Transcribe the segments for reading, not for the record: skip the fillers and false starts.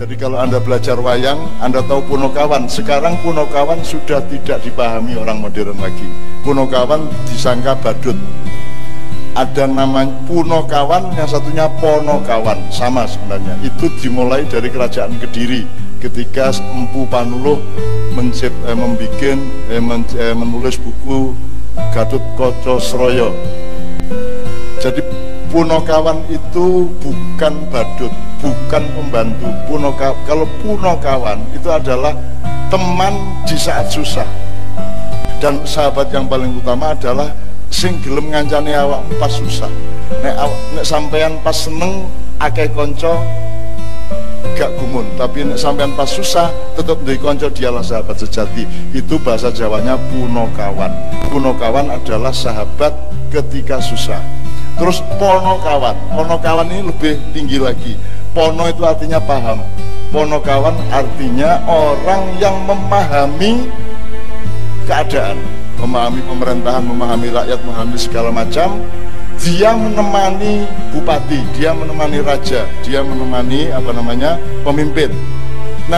Jadi kalau Anda belajar wayang, Anda tahu Punokawan. Sekarang Punokawan sudah tidak dipahami orang modern lagi. Punokawan disangka badut. Ada namanya Punokawan, yang satunya Ponokawan, sama sebenarnya. Itu dimulai dari kerajaan Kediri ketika Empu Panuluh menulis buku Gatotkaca-sraya. Jadi Punokawan itu bukan badut, bukan pembantu. Kalau Punokawan itu adalah teman di saat susah. Dan sahabat yang paling utama adalah sing gelem ngancani awak pas susah. Nek sampean pas seneng akeh konco gak gumun, tapi nek sampean pas susah tetap duwe konco, dialah sahabat sejati. Itu bahasa Jawanya Punokawan. Punokawan adalah sahabat ketika susah. Terus Ponokawan. Ponokawan ini lebih tinggi lagi. Pono itu artinya paham. Ponokawan artinya orang yang memahami keadaan, memahami pemerintahan, memahami rakyat, memahami segala macam. Dia menemani bupati, dia menemani raja, dia menemani pemimpin. Nah,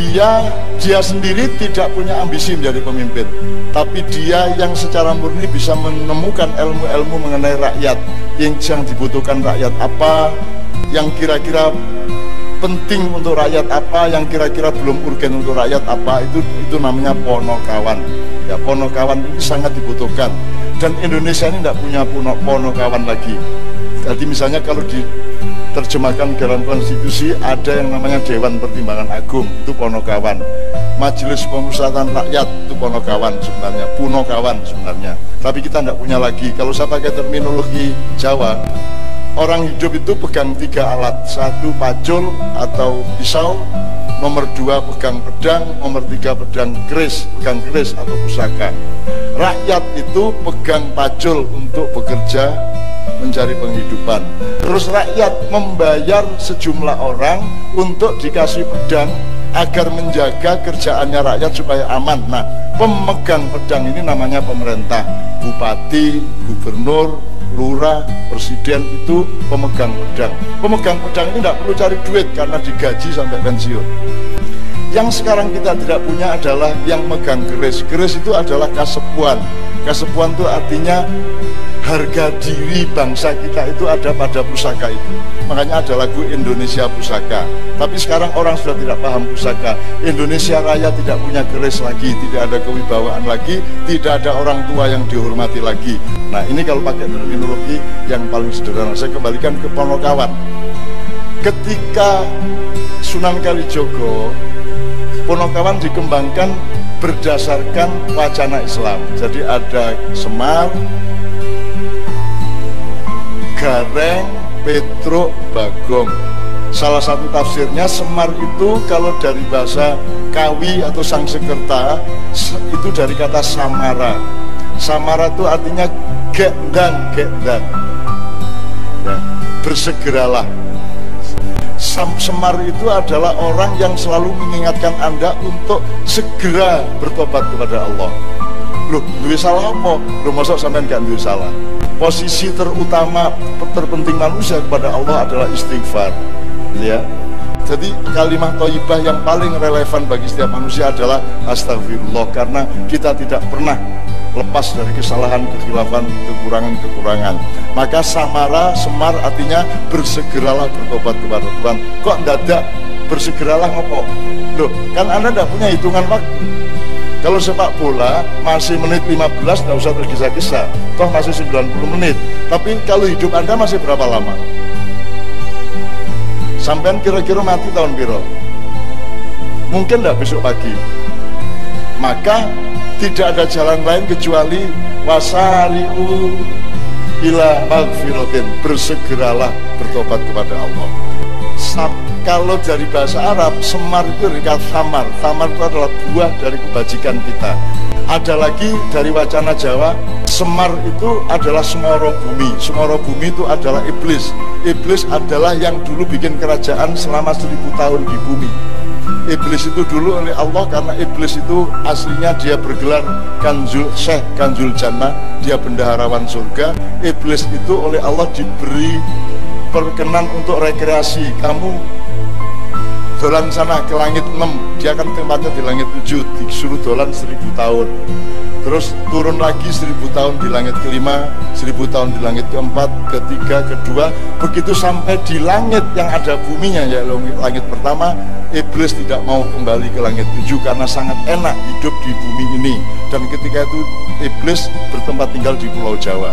dia sendiri tidak punya ambisi menjadi pemimpin, tapi dia yang secara murni bisa menemukan ilmu-ilmu mengenai rakyat, yang dibutuhkan rakyat apa, yang kira-kira penting untuk rakyat apa, yang kira-kira belum urgen untuk rakyat apa. Itu namanya Ponokawan. Ya, Ponokawan ini sangat dibutuhkan, dan Indonesia ini tidak punya Ponokawan lagi. Jadi misalnya kalau diterjemahkan dalam konstitusi ada yang namanya Dewan Pertimbangan Agung, itu Ponokawan. Majelis Pemusatan Rakyat itu Ponokawan sebenarnya, Punokawan sebenarnya. Tapi kita tidak punya lagi. Kalau saya pakai terminologi Jawa, orang hidup itu pegang 3 alat. 1 pacul atau pisau, nomor 2 pegang pedang, nomor 3 pegang keris atau pusaka. Rakyat itu pegang pacul untuk bekerja mencari penghidupan. Terus rakyat membayar sejumlah orang untuk dikasih pedang agar menjaga kerjaannya rakyat supaya aman. Nah, pemegang pedang ini namanya pemerintah. Bupati, gubernur, lurah, presiden itu pemegang pedang. Pemegang pedang ini tidak perlu cari duit karena digaji sampai pensiun. Yang sekarang kita tidak punya adalah yang megang keris. Keris itu adalah kasepuan. Kasepuan itu artinya harga diri bangsa kita itu ada pada pusaka itu. Makanya ada lagu Indonesia Pusaka. Tapi sekarang orang sudah tidak paham pusaka. Indonesia Raya tidak punya keris lagi, tidak ada kewibawaan lagi, tidak ada orang tua yang dihormati lagi. Nah, ini kalau pakai terminologi yang paling sederhana. Saya kembalikan ke Ponokawan. Ketika Sunan Kalijogo, Ponokawan dikembangkan berdasarkan wacana Islam. Jadi ada Semar, Gareng, Petruk, Bagong. Salah satu tafsirnya Semar itu kalau dari bahasa Kawi atau Sangsekerta itu dari kata Samara. Samara itu artinya gendang. Ya, bersegeralah. Semar itu adalah orang yang selalu mengingatkan Anda untuk segera bertobat kepada Allah. Loh, duwe salah apa? Loh, masa sampean gak duwe salah? Posisi terutama, terpenting manusia kepada Allah adalah istighfar, ya. Jadi kalimat thayyibah yang paling relevan bagi setiap manusia adalah astagfirullah, karena kita tidak pernah lepas dari kesalahan, kekhilafan, kekurangan. Maka Semar artinya bersegeralah bertobat kepada Tuhan. Kok dadak bersegeralah ngopo? Loh, kan Anda tidak punya hitungan waktu. Kalau sepak bola masih menit 15 tidak usah tergesa-gesa, toh masih 90 menit. Tapi kalau hidup Anda masih berapa lama? Sampean kira-kira mati tahun piro? Mungkin tidak besok pagi. Maka tidak ada jalan lain kecuali wasari'u ila magfiratin, bersegeralah bertobat kepada Allah. Kalau dari bahasa Arab, Semar itu dari kata Samar. Samar itu adalah buah dari kebajikan kita. Ada lagi dari wacana Jawa, Semar itu adalah Semoro Bumi. Semoro Bumi itu adalah iblis. Iblis adalah yang dulu bikin kerajaan selama 1000 tahun di bumi. Iblis itu dulu oleh Allah, karena iblis itu aslinya dia bergelar Kanzul Syekh, Kanzul Jannah, dia bendaharawan surga. Iblis itu oleh Allah diberi perkenan untuk rekreasi. Kamu dolan sana ke langit 6, dia kan tempatnya di langit 7, disuruh dolan 1000 tahun. Terus turun lagi 1000 tahun di langit ke-5, 1000 tahun di langit ke-4, ke-3, ke-2, begitu sampai di langit yang ada buminya, ya langit pertama. Iblis tidak mau kembali ke langit 7 karena sangat enak hidup di bumi ini. Dan ketika itu Iblis bertempat tinggal di Pulau Jawa,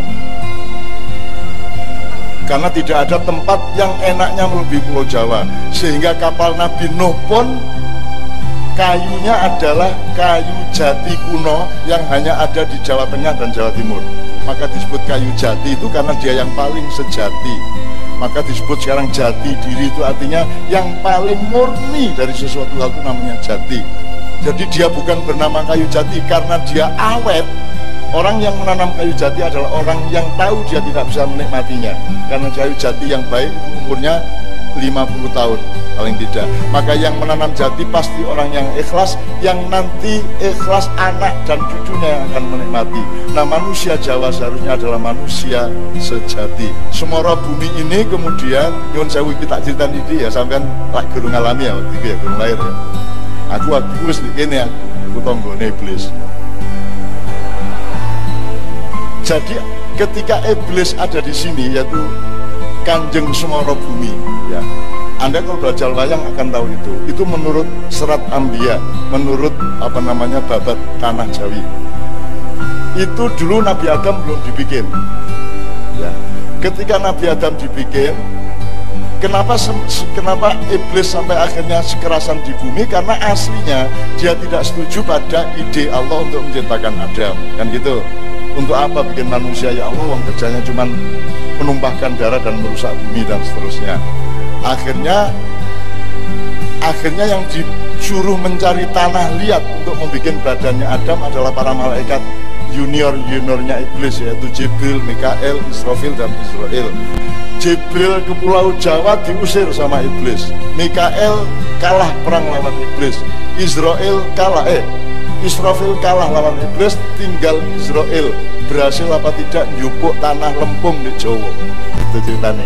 karena tidak ada tempat yang enaknya melebihi Pulau Jawa. Sehingga kapal Nabi Nuh pun kayunya adalah kayu jati kuno yang hanya ada di Jawa Tengah dan Jawa Timur. Maka disebut kayu jati itu karena dia yang paling sejati. Maka disebut sekarang jati diri, itu artinya yang paling murni dari sesuatu hal itu namanya jati. Jadi dia bukan bernama kayu jati karena dia awet. Orang yang menanam kayu jati adalah orang yang tahu dia tidak bisa menikmatinya. Karena kayu jati yang baik umurnya 50 tahun paling tidak. Maka yang menanam jati pasti orang yang ikhlas, yang nanti ikhlas anak dan cucunya yang akan menikmati. Nah, manusia Jawa seharusnya adalah manusia sejati. Semora bumi ini kemudian nyuwun sewu iki tak critani iki ya, sampean lak guru ngalami ya waktu itu ya, guru lahir ya. Aku wis kene aku tanggane iblis. Jadi ketika iblis ada di sini, yaitu Kanjeng Semara Bumi, ya. Anda kalau belajar wayang akan tahu itu. Itu menurut Serat Ambia, menurut babat Tanah Jawi. Itu dulu Nabi Adam belum dibikin. Ya. Ketika Nabi Adam dibikin, kenapa iblis sampai akhirnya sekerasan di bumi? Karena aslinya dia tidak setuju pada ide Allah untuk menciptakan Adam, kan gitu. Untuk apa bikin manusia, ya Allah, yang kerjanya cuma menumpahkan darah dan merusak bumi dan seterusnya. Akhirnya yang disuruh mencari tanah liat untuk membuat badannya Adam adalah para malaikat juniornya iblis, yaitu Jibril, Mikael, Israfil dan Israel. Jibril ke Pulau Jawa diusir sama iblis. Mikael kalah perang lawan iblis. Israfil kalah lawan iblis, tinggal Israel berhasil apa tidak njupuk tanah lempung di Jawa. Itu ceritanya.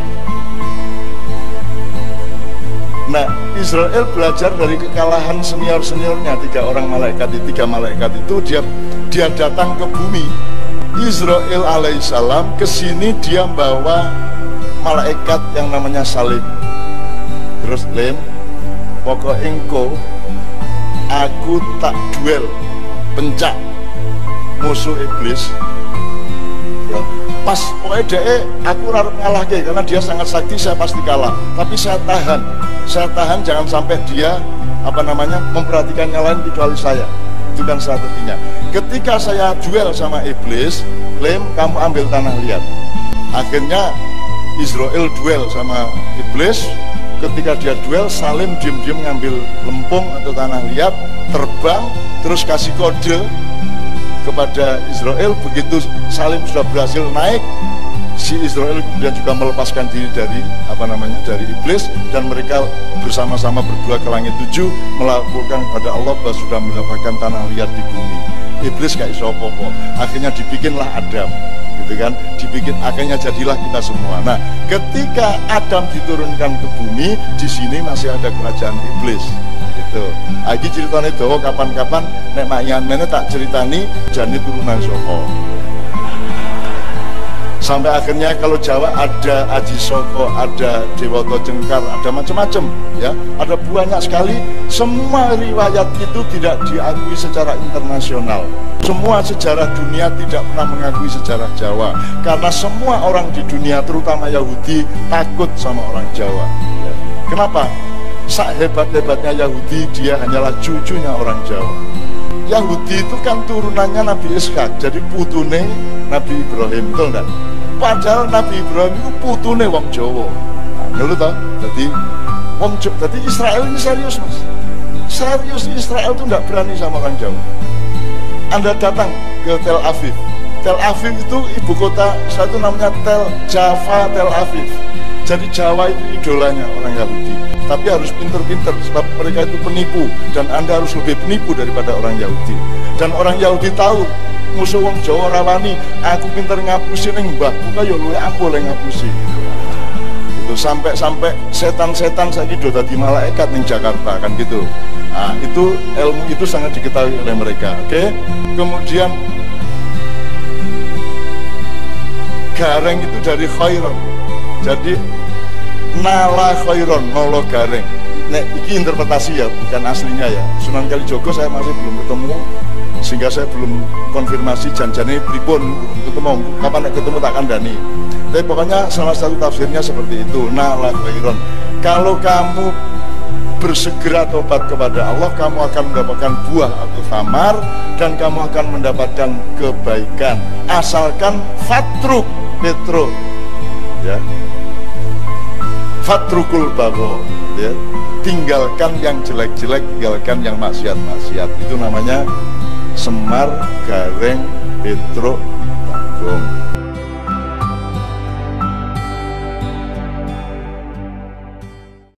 Nah, Israel belajar dari kekalahan senior-seniornya, 3 malaikat itu dia datang ke bumi. Israel alaihissalam kesini, dia bawa malaikat yang namanya Salim. Terus Lem, pokok engko aku tak duel pencak musuh iblis ya. Pas pokoknya deh aku harus ngalah karena dia sangat sakti, saya pasti kalah, tapi saya tahan jangan sampai dia memperhatikan yang lain kecuali saya. Itu kan strateginya. Ketika saya duel sama iblis, Lem, kamu ambil tanah liat. Akhirnya Israel duel sama iblis. Ketika dia duel, Salim diam-diam ngambil lempung atau tanah liat, terbang, terus kasih kode kepada Israel. Begitu Salim sudah berhasil naik, si Israel kemudian juga melepaskan diri dari iblis, dan mereka bersama-sama berdua ke langit 7 melaporkan kepada Allah bahwa sudah mendapatkan tanah liat di bumi. Iblis gak iso apa-apa, akhirnya dibikinlah Adam, gitu kan, akhirnya jadilah kita semua. Nah, ketika Adam diturunkan ke bumi, di sini masih ada kerajaan iblis. Gitu. Lagi ceritanya dawa kapan-kapan nek makyan mene tak ceritani jani turunan Soko. Sampai akhirnya kalau Jawa ada Aji Soko, ada Dewoto Jengkar, ada macam-macam ya, ada banyak sekali. Semua riwayat itu tidak diakui secara internasional. Semua sejarah dunia tidak pernah mengakui sejarah Jawa, karena semua orang di dunia terutama Yahudi takut sama orang Jawa ya. Kenapa? Hebat-hebatnya Yahudi, dia hanyalah cucunya orang Jawa. Yahudi itu kan turunannya Nabi Ishak, jadi putune Nabi Ibrahim, betul enggak? Padahal Nabi Ibrahim itu putune wong Jawa. Nah, dulu toh, jadi Israel ini serius, Mas. Serius, Israel itu enggak berani sama orang Jawa. Anda datang ke Tel Aviv. Tel Aviv itu ibu kota Israel, itu namanya Tel Aviv. Jadi Jawa itu idolanya orang Yahudi. Tapi harus pinter-pinter, sebab mereka itu penipu, dan Anda harus lebih penipu daripada orang Yahudi. Dan orang Yahudi tahu musuh wong Jawa rawani, aku pinter ngapusi ning mbahku kaya luwe aku oleh ngapusi. itu sampai setan-setan saiki do dadi malaikat ning Jakarta kan gitu. Nah, itu ilmu itu sangat diketahui oleh mereka. Oke. Kemudian gareng itu dari khairon. Jadi nala khairon, nolo gareng. Nek iki interpretasi ya, bukan aslinya ya. Sunan Kalijogo saya masih belum ketemu, sehingga saya belum konfirmasi janjane pripun ketemu. Kapan nek ketemu tak kandhani. Tapi pokoknya salah satu tafsirnya seperti itu, nala khairon. Kalau kamu bersegera tobat kepada Allah, kamu akan mendapatkan buah atau thamar, dan kamu akan mendapatkan kebaikan. Asalkan fatruk petro, ya, fatrukul bago, ya, tinggalkan yang jelek-jelek, tinggalkan yang maksiat-maksiat. Itu namanya Semar Gareng Petro Bagong.